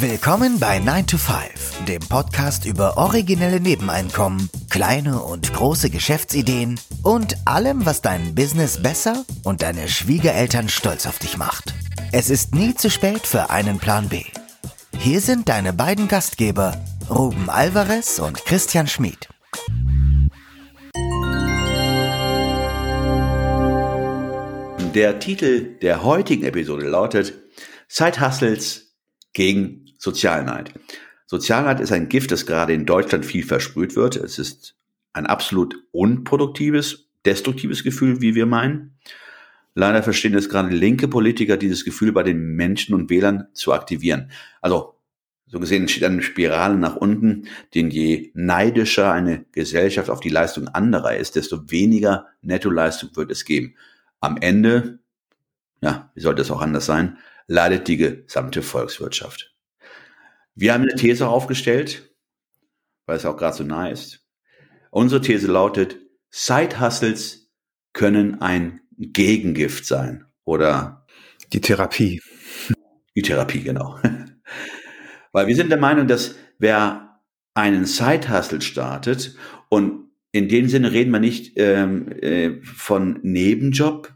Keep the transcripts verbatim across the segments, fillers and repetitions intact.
Willkommen bei nine to five, dem Podcast über originelle Nebeneinkommen, kleine und große Geschäftsideen und allem, was dein Business besser und deine Schwiegereltern stolz auf dich macht. Es ist nie zu spät für einen Plan B. Hier sind deine beiden Gastgeber, Ruben Alvarez und Christian Schmid. Der Titel der heutigen Episode lautet Side-Hustles gegen Sozialneid. Sozialneid ist ein Gift, das gerade in Deutschland viel versprüht wird. Es ist ein absolut unproduktives, destruktives Gefühl, wie wir meinen. Leider verstehen es gerade linke Politiker, dieses Gefühl bei den Menschen und Wählern zu aktivieren. Also, so gesehen entsteht eine Spirale nach unten, denn je neidischer eine Gesellschaft auf die Leistung anderer ist, desto weniger Nettoleistung wird es geben. Am Ende, ja, wie sollte es auch anders sein, leidet die gesamte Volkswirtschaft. Wir haben eine These aufgestellt, weil es auch gerade so nah ist. Unsere These lautet, Side-Hustles können ein Gegengift sein oder die Therapie. Die Therapie, genau. Weil wir sind der Meinung, dass wer einen Side-Hustle startet, und in dem Sinne reden wir nicht ähm, äh, von Nebenjob,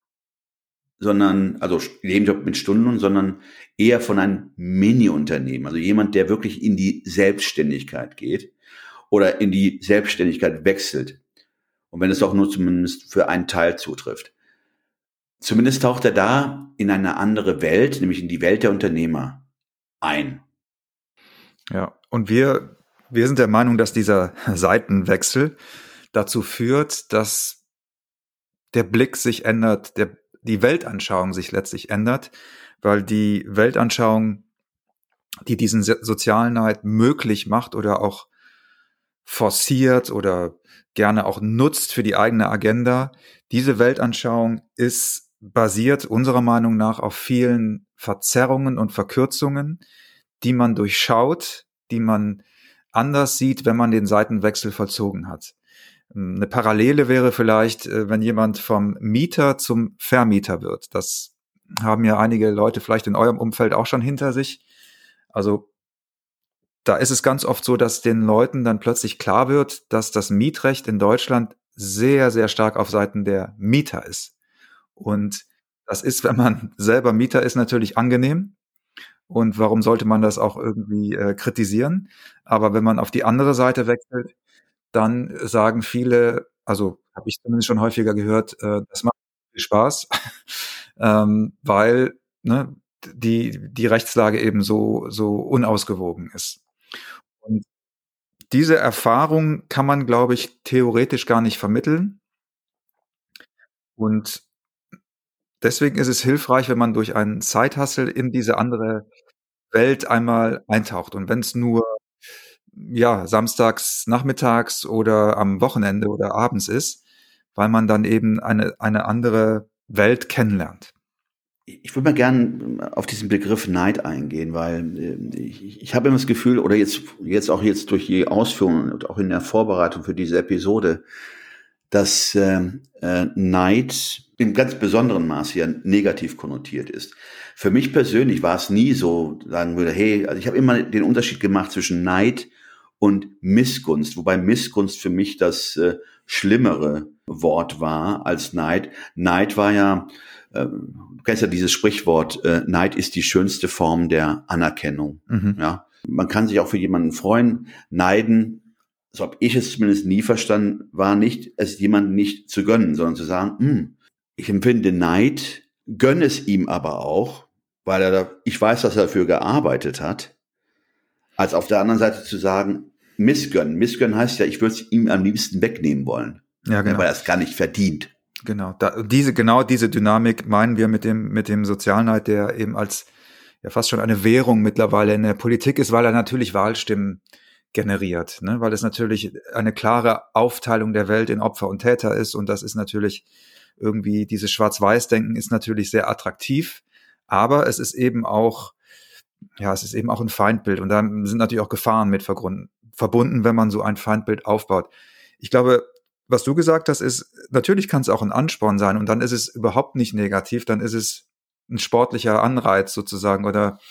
sondern, also Nebenjob mit Stunden, sondern eher von einem Mini-Unternehmen. Also jemand, der wirklich in die Selbstständigkeit geht oder in die Selbstständigkeit wechselt. Und wenn es auch nur zumindest für einen Teil zutrifft. Zumindest taucht er da in eine andere Welt, nämlich in die Welt der Unternehmer ein. Ja, und wir, wir sind der Meinung, dass dieser Seitenwechsel dazu führt, dass der Blick sich ändert, der die Weltanschauung sich letztlich ändert, weil die Weltanschauung, die diesen Sozialneid möglich macht oder auch forciert oder gerne auch nutzt für die eigene Agenda, diese Weltanschauung ist basiert unserer Meinung nach auf vielen Verzerrungen und Verkürzungen, die man durchschaut, die man anders sieht, wenn man den Seitenwechsel vollzogen hat. Eine Parallele wäre vielleicht, wenn jemand vom Mieter zum Vermieter wird. Das haben ja einige Leute vielleicht in eurem Umfeld auch schon hinter sich. Also da ist es ganz oft so, dass den Leuten dann plötzlich klar wird, dass das Mietrecht in Deutschland sehr, sehr stark auf Seiten der Mieter ist. Und das ist, wenn man selber Mieter ist, natürlich angenehm. Und warum sollte man das auch irgendwie äh, kritisieren? Aber wenn man auf die andere Seite wechselt, dann sagen viele, also habe ich zumindest schon häufiger gehört, äh, das macht viel Spaß, ähm, weil ne, die die Rechtslage eben so so unausgewogen ist. Und diese Erfahrung kann man, glaube ich, theoretisch gar nicht vermitteln. Und deswegen ist es hilfreich, wenn man durch einen Side-Hustle in diese andere Welt einmal eintaucht. Und wenn es nur ja, samstags, nachmittags oder am Wochenende oder abends ist, weil man dann eben eine, eine andere Welt kennenlernt. Ich würde mal gern auf diesen Begriff Neid eingehen, weil äh, ich, ich habe immer das Gefühl, oder jetzt, jetzt auch jetzt durch die Ausführungen und auch in der Vorbereitung für diese Episode, dass äh, äh, Neid in ganz besonderem Maße ja negativ konnotiert ist. Für mich persönlich war es nie so, sagen würde, hey, also ich habe immer den Unterschied gemacht zwischen Neid und Missgunst, wobei Missgunst für mich das äh, schlimmere Wort war als Neid. Neid war ja, äh, du kennst ja dieses Sprichwort, äh, Neid ist die schönste Form der Anerkennung. Mhm. Ja, man kann sich auch für jemanden freuen. Neiden, so habe ich es zumindest nie verstanden, war nicht, es jemandem nicht zu gönnen, sondern zu sagen, hm, ich empfinde Neid, gönne es ihm aber auch, weil er da, ich weiß, dass er dafür gearbeitet hat, als auf der anderen Seite zu sagen, Missgönnen. Missgönnen heißt ja, ich würde es ihm am liebsten wegnehmen wollen. Ja, genau. Weil er es gar nicht verdient. Genau. Da, diese, genau diese Dynamik meinen wir mit dem, mit dem Sozialneid, der eben als, ja, fast schon eine Währung mittlerweile in der Politik ist, weil er natürlich Wahlstimmen generiert, ne? Weil es natürlich eine klare Aufteilung der Welt in Opfer und Täter ist. Und das ist natürlich irgendwie, dieses Schwarz-Weiß-Denken ist natürlich sehr attraktiv. Aber es ist eben auch, ja, es ist eben auch ein Feindbild. Und da sind natürlich auch Gefahren mit verbunden, verbunden, wenn man so ein Feindbild aufbaut. Ich glaube, was du gesagt hast, ist, natürlich kann es auch ein Ansporn sein und dann ist es überhaupt nicht negativ, dann ist es ein sportlicher Anreiz sozusagen oder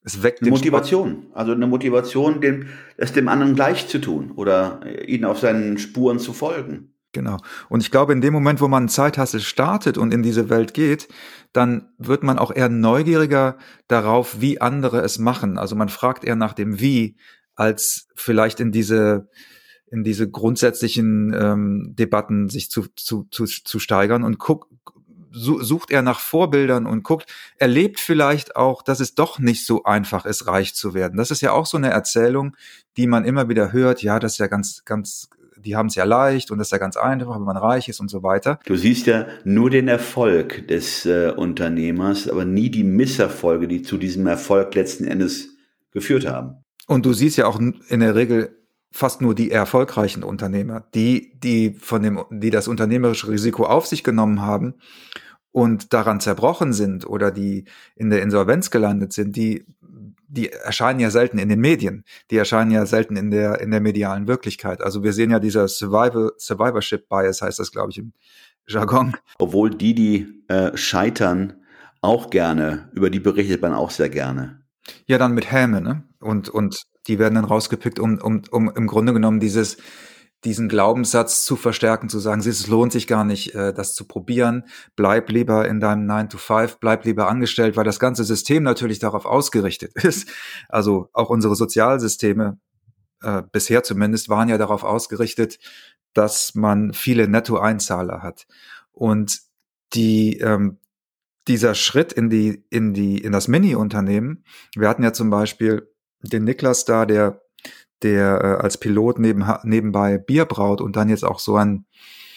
Es weckt Eine den Spott. Motivation, also eine Motivation, dem, es dem anderen gleich zu tun oder ihnen auf seinen Spuren zu folgen. Genau. Und ich glaube, in dem Moment, wo man einen Zeithassel startet und in diese Welt geht, dann wird man auch eher neugieriger darauf, wie andere es machen. Also man fragt eher nach dem Wie, als vielleicht in diese in diese grundsätzlichen ähm, Debatten sich zu zu zu, zu steigern und guckt sucht er nach Vorbildern und guckt, erlebt vielleicht auch, dass es doch nicht so einfach ist, reich zu werden. Das ist ja auch so eine Erzählung, die man immer wieder hört. Ja, das ist ja ganz, ganz, die haben es ja leicht und das ist ja ganz einfach, wenn man reich ist und so weiter. Du siehst ja nur den Erfolg des äh, Unternehmers, aber nie die Misserfolge, die zu diesem Erfolg letzten Endes geführt haben. Und du siehst ja auch in der Regel fast nur die erfolgreichen Unternehmer, die, die von dem, die das unternehmerische Risiko auf sich genommen haben und daran zerbrochen sind oder die in der Insolvenz gelandet sind, die, die erscheinen ja selten in den Medien. Die erscheinen ja selten in der, in der medialen Wirklichkeit. Also wir sehen ja dieser Survival, Survivorship Bias, heißt das, glaube ich, im Jargon. Obwohl die, die äh, scheitern, auch gerne, über die berichtet man auch sehr gerne. Ja, dann mit Häme, ne? Und, und die werden dann rausgepickt, um, um, um im Grunde genommen dieses, diesen Glaubenssatz zu verstärken, zu sagen, es lohnt sich gar nicht, das zu probieren. Bleib lieber in deinem nine to five, bleib lieber angestellt, weil das ganze System natürlich darauf ausgerichtet ist. Also auch unsere Sozialsysteme, äh, bisher zumindest, waren ja darauf ausgerichtet, dass man viele Nettoeinzahler hat. Und die, ähm, dieser Schritt in die, in die, in das Mini-Unternehmen, wir hatten ja zum Beispiel den Niklas da, der der äh, als Pilot neben, nebenbei Bier braut und dann jetzt auch so ein,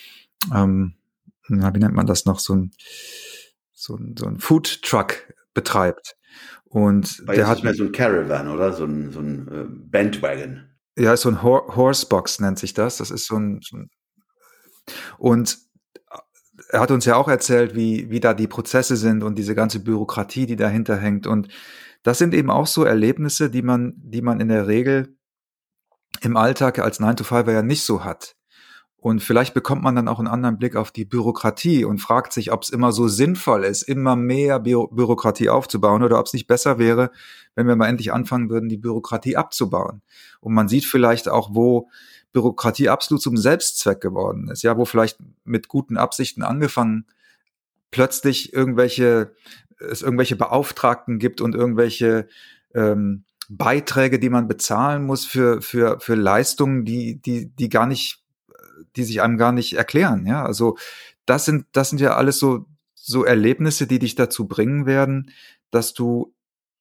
ähm, na, wie nennt man das noch, so ein, so ein, so ein Food Truck betreibt. Und Weil der hat nicht mehr so ein Caravan, oder? So ein, so ein äh, Bandwagon. Ja, so ein Hor- Horsebox nennt sich das. Das ist so ein, so ein und er hat uns ja auch erzählt, wie, wie da die Prozesse sind und diese ganze Bürokratie, die dahinter hängt. Und das sind eben auch so Erlebnisse, die man, die man in der Regel im Alltag als nine to fiver ja nicht so hat. Und vielleicht bekommt man dann auch einen anderen Blick auf die Bürokratie und fragt sich, ob es immer so sinnvoll ist, immer mehr Bü- Bürokratie aufzubauen oder ob es nicht besser wäre, wenn wir mal endlich anfangen würden, die Bürokratie abzubauen. Und man sieht vielleicht auch, wo Bürokratie absolut zum Selbstzweck geworden ist, ja, wo vielleicht mit guten Absichten angefangen plötzlich irgendwelche, es irgendwelche Beauftragten gibt und irgendwelche ähm, Beiträge, die man bezahlen muss für, für, für Leistungen, die, die, die gar nicht, die sich einem gar nicht erklären, ja. Also, das sind, das sind ja alles so, so Erlebnisse, die dich dazu bringen werden, dass du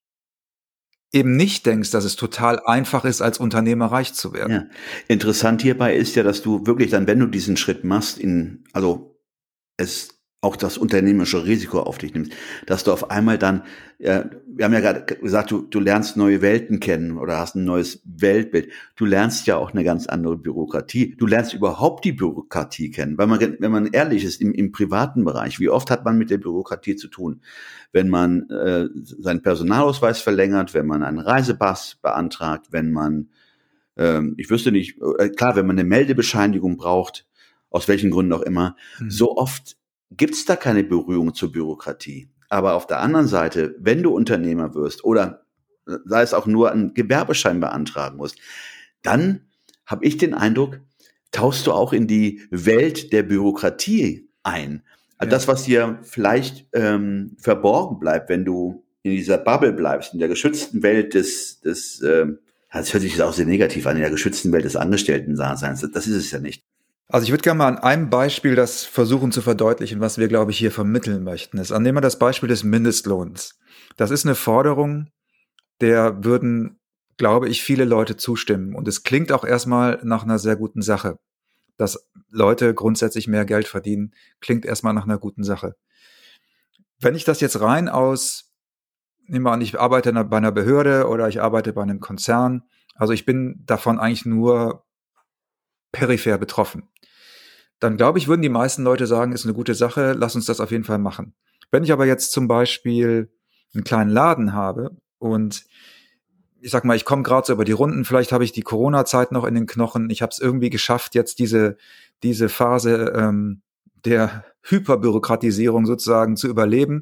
eben nicht denkst, dass es total einfach ist, als Unternehmer reich zu werden. Ja. Interessant hierbei ist ja, dass du wirklich dann, wenn du diesen Schritt machst, in, also, es auch das unternehmerische Risiko auf dich nimmst, dass du auf einmal dann, äh, wir haben ja gerade gesagt, du, du lernst neue Welten kennen oder hast ein neues Weltbild. Du lernst ja auch eine ganz andere Bürokratie. Du lernst überhaupt die Bürokratie kennen, weil man, wenn man ehrlich ist, im, im privaten Bereich, wie oft hat man mit der Bürokratie zu tun? Wenn man äh, seinen Personalausweis verlängert, wenn man einen Reisepass beantragt, wenn man, ähm, ich wüsste nicht, äh, klar, wenn man eine Meldebescheinigung braucht, aus welchen Gründen auch immer, mhm. so oft gibt's da keine Berührung zur Bürokratie. Aber auf der anderen Seite, wenn du Unternehmer wirst oder sei es auch nur einen Gewerbeschein beantragen musst, dann habe ich den Eindruck, tauchst du auch in die Welt der Bürokratie ein. Also ja. Das, was dir vielleicht ähm, verborgen bleibt, wenn du in dieser Bubble bleibst, in der geschützten Welt des, des ähm, das hört sich auch sehr negativ an, in der geschützten Welt des Angestellten-Daseins. Das ist es ja nicht. Also ich würde gerne mal an einem Beispiel das versuchen zu verdeutlichen, was wir, glaube ich, hier vermitteln möchten. Ist, nehmen wir das Beispiel des Mindestlohns. Das ist eine Forderung, der würden, glaube ich, viele Leute zustimmen. Und es klingt auch erstmal nach einer sehr guten Sache. Dass Leute grundsätzlich mehr Geld verdienen, klingt erstmal nach einer guten Sache. Wenn ich das jetzt rein aus, nehmen wir an, ich arbeite bei einer Behörde oder ich arbeite bei einem Konzern, also ich bin davon eigentlich nur peripher betroffen. Dann glaube ich, würden die meisten Leute sagen, ist eine gute Sache, lass uns das auf jeden Fall machen. Wenn ich aber jetzt zum Beispiel einen kleinen Laden habe und ich sag mal, ich komme gerade so über die Runden, vielleicht habe ich die Corona-Zeit noch in den Knochen, ich habe es irgendwie geschafft, jetzt diese diese Phase ähm, der Hyperbürokratisierung sozusagen zu überleben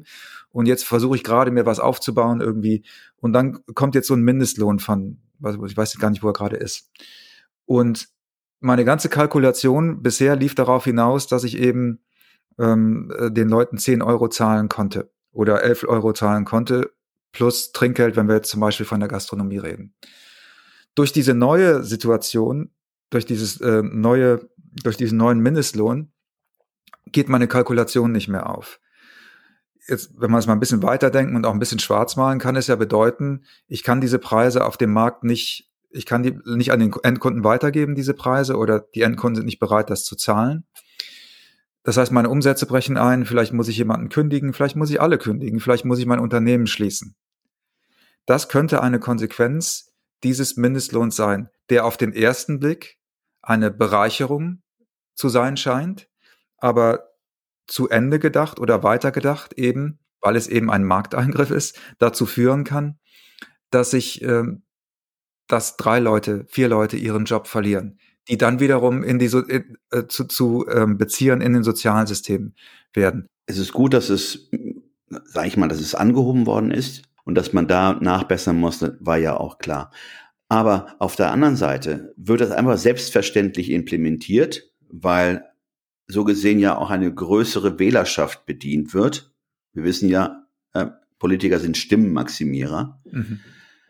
und jetzt versuche ich gerade mir was aufzubauen irgendwie und dann kommt jetzt so ein Mindestlohn von, ich weiß gar nicht, wo er gerade ist. Und meine ganze Kalkulation bisher lief darauf hinaus, dass ich eben ähm, den Leuten zehn Euro zahlen konnte oder elf Euro zahlen konnte, plus Trinkgeld, wenn wir jetzt zum Beispiel von der Gastronomie reden. Durch diese neue Situation, durch dieses äh, neue, durch diesen neuen Mindestlohn geht meine Kalkulation nicht mehr auf. Jetzt, wenn man es mal ein bisschen weiterdenken und auch ein bisschen schwarz malen, kann es ja bedeuten, ich kann diese Preise auf dem Markt nicht, ich kann die nicht an den Endkunden weitergeben, diese Preise, oder die Endkunden sind nicht bereit, das zu zahlen. Das heißt, meine Umsätze brechen ein, vielleicht muss ich jemanden kündigen, vielleicht muss ich alle kündigen, vielleicht muss ich mein Unternehmen schließen. Das könnte eine Konsequenz dieses Mindestlohns sein, der auf den ersten Blick eine Bereicherung zu sein scheint, aber zu Ende gedacht oder weitergedacht eben, weil es eben ein Markteingriff ist, dazu führen kann, dass sich, ähm, dass drei Leute, vier Leute ihren Job verlieren, die dann wiederum in die so, in, äh, zu, zu ähm, Beziehern in den sozialen Systemen werden. Es ist gut, dass es, sage ich mal, dass es angehoben worden ist und dass man da nachbessern musste, war ja auch klar. Aber auf der anderen Seite wird das einfach selbstverständlich implementiert, weil so gesehen ja auch eine größere Wählerschaft bedient wird. Wir wissen ja, äh, Politiker sind Stimmenmaximierer. Mhm.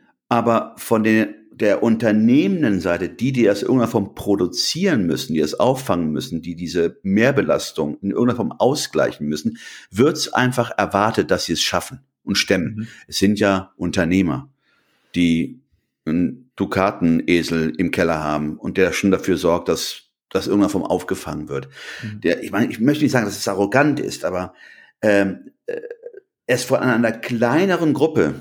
Aber von den, der unternehmenden Seite, die, die das in irgendeiner Form produzieren müssen, die das auffangen müssen, die diese Mehrbelastung in irgendeiner Form ausgleichen müssen, wird es einfach erwartet, dass sie es schaffen und stemmen. Mhm. Es sind ja Unternehmer, die einen Dukatenesel im Keller haben und der schon dafür sorgt, dass das in irgendeiner Form aufgefangen wird. Mhm. Der, ich meine, ich möchte nicht sagen, dass es arrogant ist, aber ähm, äh, es von einer kleineren Gruppe,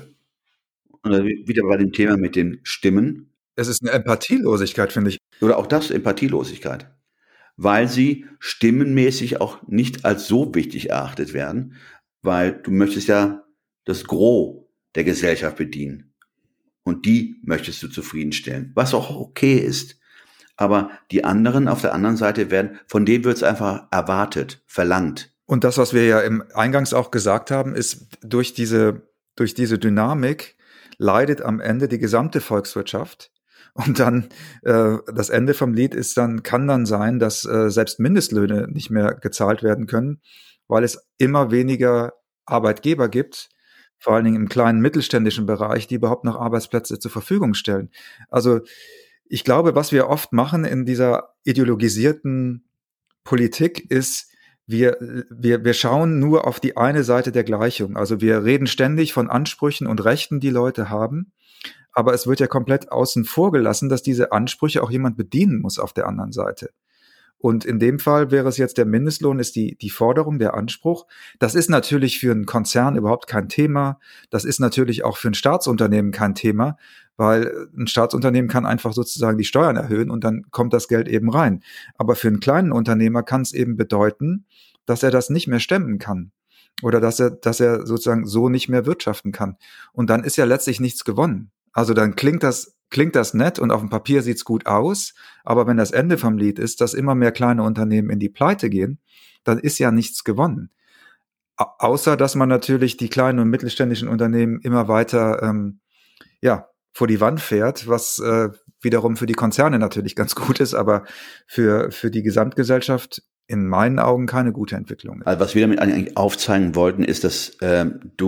oder wieder bei dem Thema mit den Stimmen. Es ist eine Empathielosigkeit, finde ich. Oder auch das, Empathielosigkeit. Weil sie stimmenmäßig auch nicht als so wichtig erachtet werden, weil du möchtest ja das Gros der Gesellschaft bedienen. Und die möchtest du zufriedenstellen, was auch okay ist. Aber die anderen auf der anderen Seite werden, von denen wird es einfach erwartet, verlangt. Und das, was wir ja im Eingangs auch gesagt haben, ist, durch diese, durch diese Dynamik leidet am Ende die gesamte Volkswirtschaft. Und dann äh, das Ende vom Lied ist dann, kann dann sein, dass äh, selbst Mindestlöhne nicht mehr gezahlt werden können, weil es immer weniger Arbeitgeber gibt, vor allen Dingen im kleinen mittelständischen Bereich, die überhaupt noch Arbeitsplätze zur Verfügung stellen. Also ich glaube, was wir oft machen in dieser ideologisierten Politik ist, wir, wir, wir schauen nur auf die eine Seite der Gleichung. Also wir reden ständig von Ansprüchen und Rechten, die Leute haben, aber es wird ja komplett außen vor gelassen, dass diese Ansprüche auch jemand bedienen muss auf der anderen Seite. Und in dem Fall wäre es jetzt der Mindestlohn, ist die, die Forderung, der Anspruch. Das ist natürlich für einen Konzern überhaupt kein Thema. Das ist natürlich auch für ein Staatsunternehmen kein Thema, weil ein Staatsunternehmen kann einfach sozusagen die Steuern erhöhen und dann kommt das Geld eben rein. Aber für einen kleinen Unternehmer kann es eben bedeuten, dass er das nicht mehr stemmen kann oder dass er, dass er sozusagen so nicht mehr wirtschaften kann. Und dann ist ja letztlich nichts gewonnen. Also dann klingt das Klingt das nett und auf dem Papier sieht's gut aus, aber wenn das Ende vom Lied ist, dass immer mehr kleine Unternehmen in die Pleite gehen, dann ist ja nichts gewonnen. Au- außer, dass man natürlich die kleinen und mittelständischen Unternehmen immer weiter ähm, ja vor die Wand fährt, was äh, wiederum für die Konzerne natürlich ganz gut ist, aber für für die Gesamtgesellschaft in meinen Augen keine gute Entwicklung. Also was wir damit eigentlich aufzeigen wollten, ist, dass äh,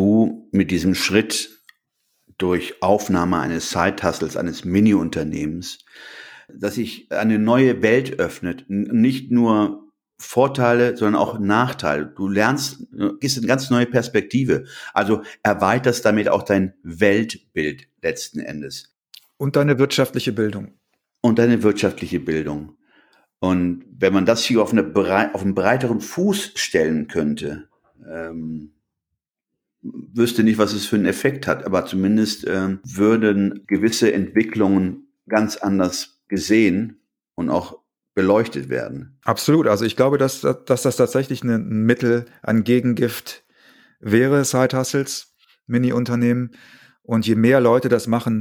du mit diesem Schritt durch Aufnahme eines Side-Hustles, eines Mini-Unternehmens, dass sich eine neue Welt öffnet. Nicht nur Vorteile, sondern auch Nachteile. Du lernst, gehst eine ganz neue Perspektive. Also erweiterst damit auch dein Weltbild letzten Endes. Und deine wirtschaftliche Bildung. Und deine wirtschaftliche Bildung. Und wenn man das hier auf, eine, auf einen breiteren Fuß stellen könnte, ähm, wüsste nicht, was es für einen Effekt hat, aber zumindest äh, würden gewisse Entwicklungen ganz anders gesehen und auch beleuchtet werden. Absolut. Also ich glaube, dass, dass das tatsächlich ein Mittel, ein Gegengift wäre, Side-Hustles, Mini-Unternehmen. Und je mehr Leute das machen,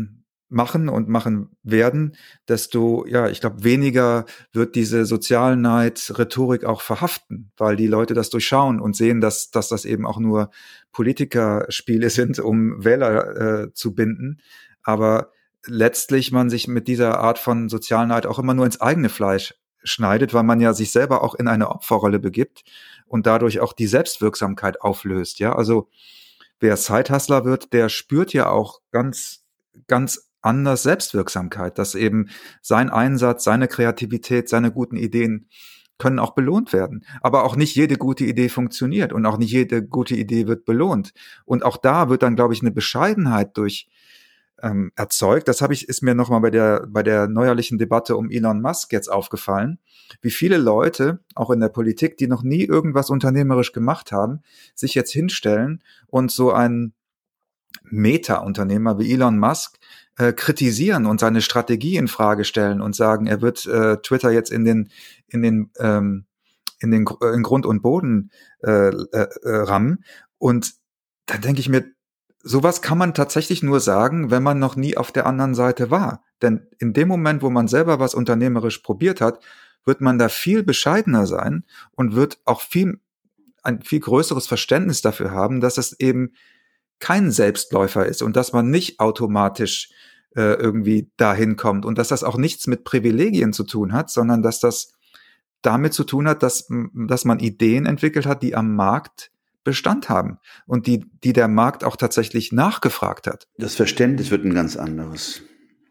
machen und machen werden, desto, ja, ich glaube, weniger wird diese Sozialneid-Rhetorik auch verhaften, weil die Leute das durchschauen und sehen, dass, dass das eben auch nur Politikerspiele sind, um Wähler äh, zu binden. Aber letztlich man sich mit dieser Art von Sozialneid auch immer nur ins eigene Fleisch schneidet, weil man ja sich selber auch in eine Opferrolle begibt und dadurch auch die Selbstwirksamkeit auflöst. Ja, also wer Side-Hustler wird, der spürt ja auch ganz, ganz anders Selbstwirksamkeit, dass eben sein Einsatz, seine Kreativität, seine guten Ideen können auch belohnt werden. Aber auch nicht jede gute Idee funktioniert und auch nicht jede gute Idee wird belohnt. Und auch da wird dann, glaube ich, eine Bescheidenheit durch ähm, erzeugt. Das habe ich, ist mir nochmal bei der, bei der neuerlichen Debatte um Elon Musk jetzt aufgefallen, wie viele Leute, auch in der Politik, die noch nie irgendwas unternehmerisch gemacht haben, sich jetzt hinstellen und so ein Meta-Unternehmer wie Elon Musk äh, kritisieren und seine Strategie in Frage stellen und sagen, er wird äh, Twitter jetzt in den in den ähm, in den äh, in Grund und Boden äh, äh, rammen. Und da denke ich mir, sowas kann man tatsächlich nur sagen, wenn man noch nie auf der anderen Seite war. Denn in dem Moment, wo man selber was unternehmerisch probiert hat, wird man da viel bescheidener sein und wird auch viel ein viel größeres Verständnis dafür haben, dass es eben kein Selbstläufer ist und dass man nicht automatisch äh, irgendwie dahin kommt und dass das auch nichts mit Privilegien zu tun hat, sondern dass das damit zu tun hat, dass, dass man Ideen entwickelt hat, die am Markt Bestand haben und die, die der Markt auch tatsächlich nachgefragt hat. Das Verständnis wird ein ganz anderes,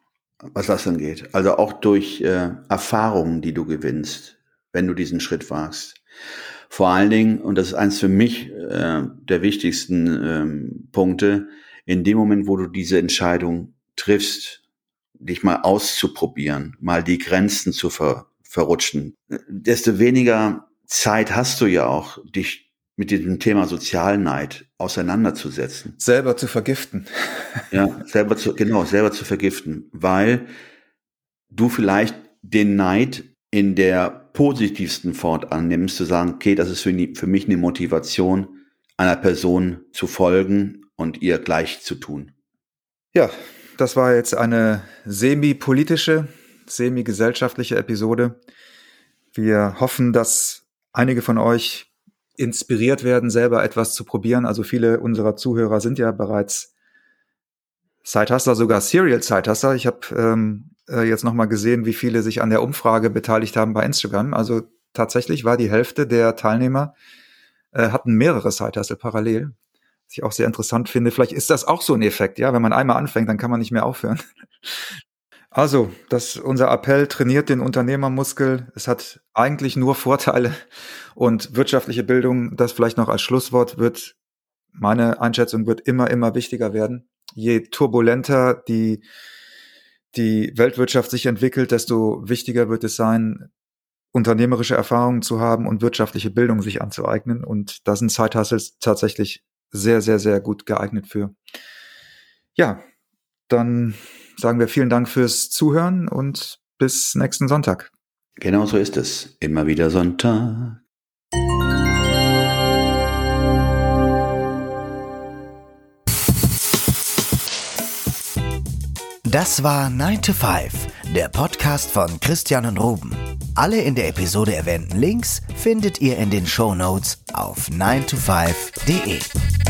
was das angeht. Also auch durch äh, Erfahrungen, die du gewinnst, wenn du diesen Schritt wagst. Vor allen Dingen, und das ist eins für mich äh, der wichtigsten ähm, Punkte, in dem Moment, wo du diese Entscheidung triffst, dich mal auszuprobieren, mal die Grenzen zu ver- verrutschen, desto weniger Zeit hast du ja auch, dich mit diesem Thema Sozialneid auseinanderzusetzen. Selber zu vergiften. Ja, selber zu, genau, selber zu vergiften, weil du vielleicht den Neid in der positivsten Form annimmst, zu sagen, okay, das ist für, für mich eine Motivation, einer Person zu folgen und ihr gleich zu tun. Ja, das war jetzt eine semi-politische, semi-gesellschaftliche Episode. Wir hoffen, dass einige von euch inspiriert werden, selber etwas zu probieren. Also viele unserer Zuhörer sind ja bereits Side-Hustler, sogar Serial Side-Hustler. Ich habe ähm, äh, jetzt nochmal gesehen, wie viele sich an der Umfrage beteiligt haben bei Instagram. Also tatsächlich war die Hälfte der Teilnehmer äh, hatten mehrere Side-Hustle parallel. Was ich auch sehr interessant finde. Vielleicht ist das auch so ein Effekt, ja. Wenn man einmal anfängt, dann kann man nicht mehr aufhören. Also, das unser Appell, trainiert den Unternehmermuskel. Es hat eigentlich nur Vorteile und wirtschaftliche Bildung, das vielleicht noch als Schlusswort, wird, meine Einschätzung, wird immer, immer wichtiger werden. Je turbulenter die, die Weltwirtschaft sich entwickelt, desto wichtiger wird es sein, unternehmerische Erfahrungen zu haben und wirtschaftliche Bildung sich anzueignen. Und da sind Side-Hustles tatsächlich sehr, sehr, sehr gut geeignet für. Ja, dann sagen wir vielen Dank fürs Zuhören und bis nächsten Sonntag. Genau so ist es. Immer wieder Sonntag. Das war nine to five, der Podcast von Christian und Ruben. Alle in der Episode erwähnten Links findet ihr in den Shownotes auf nine to five punkt de.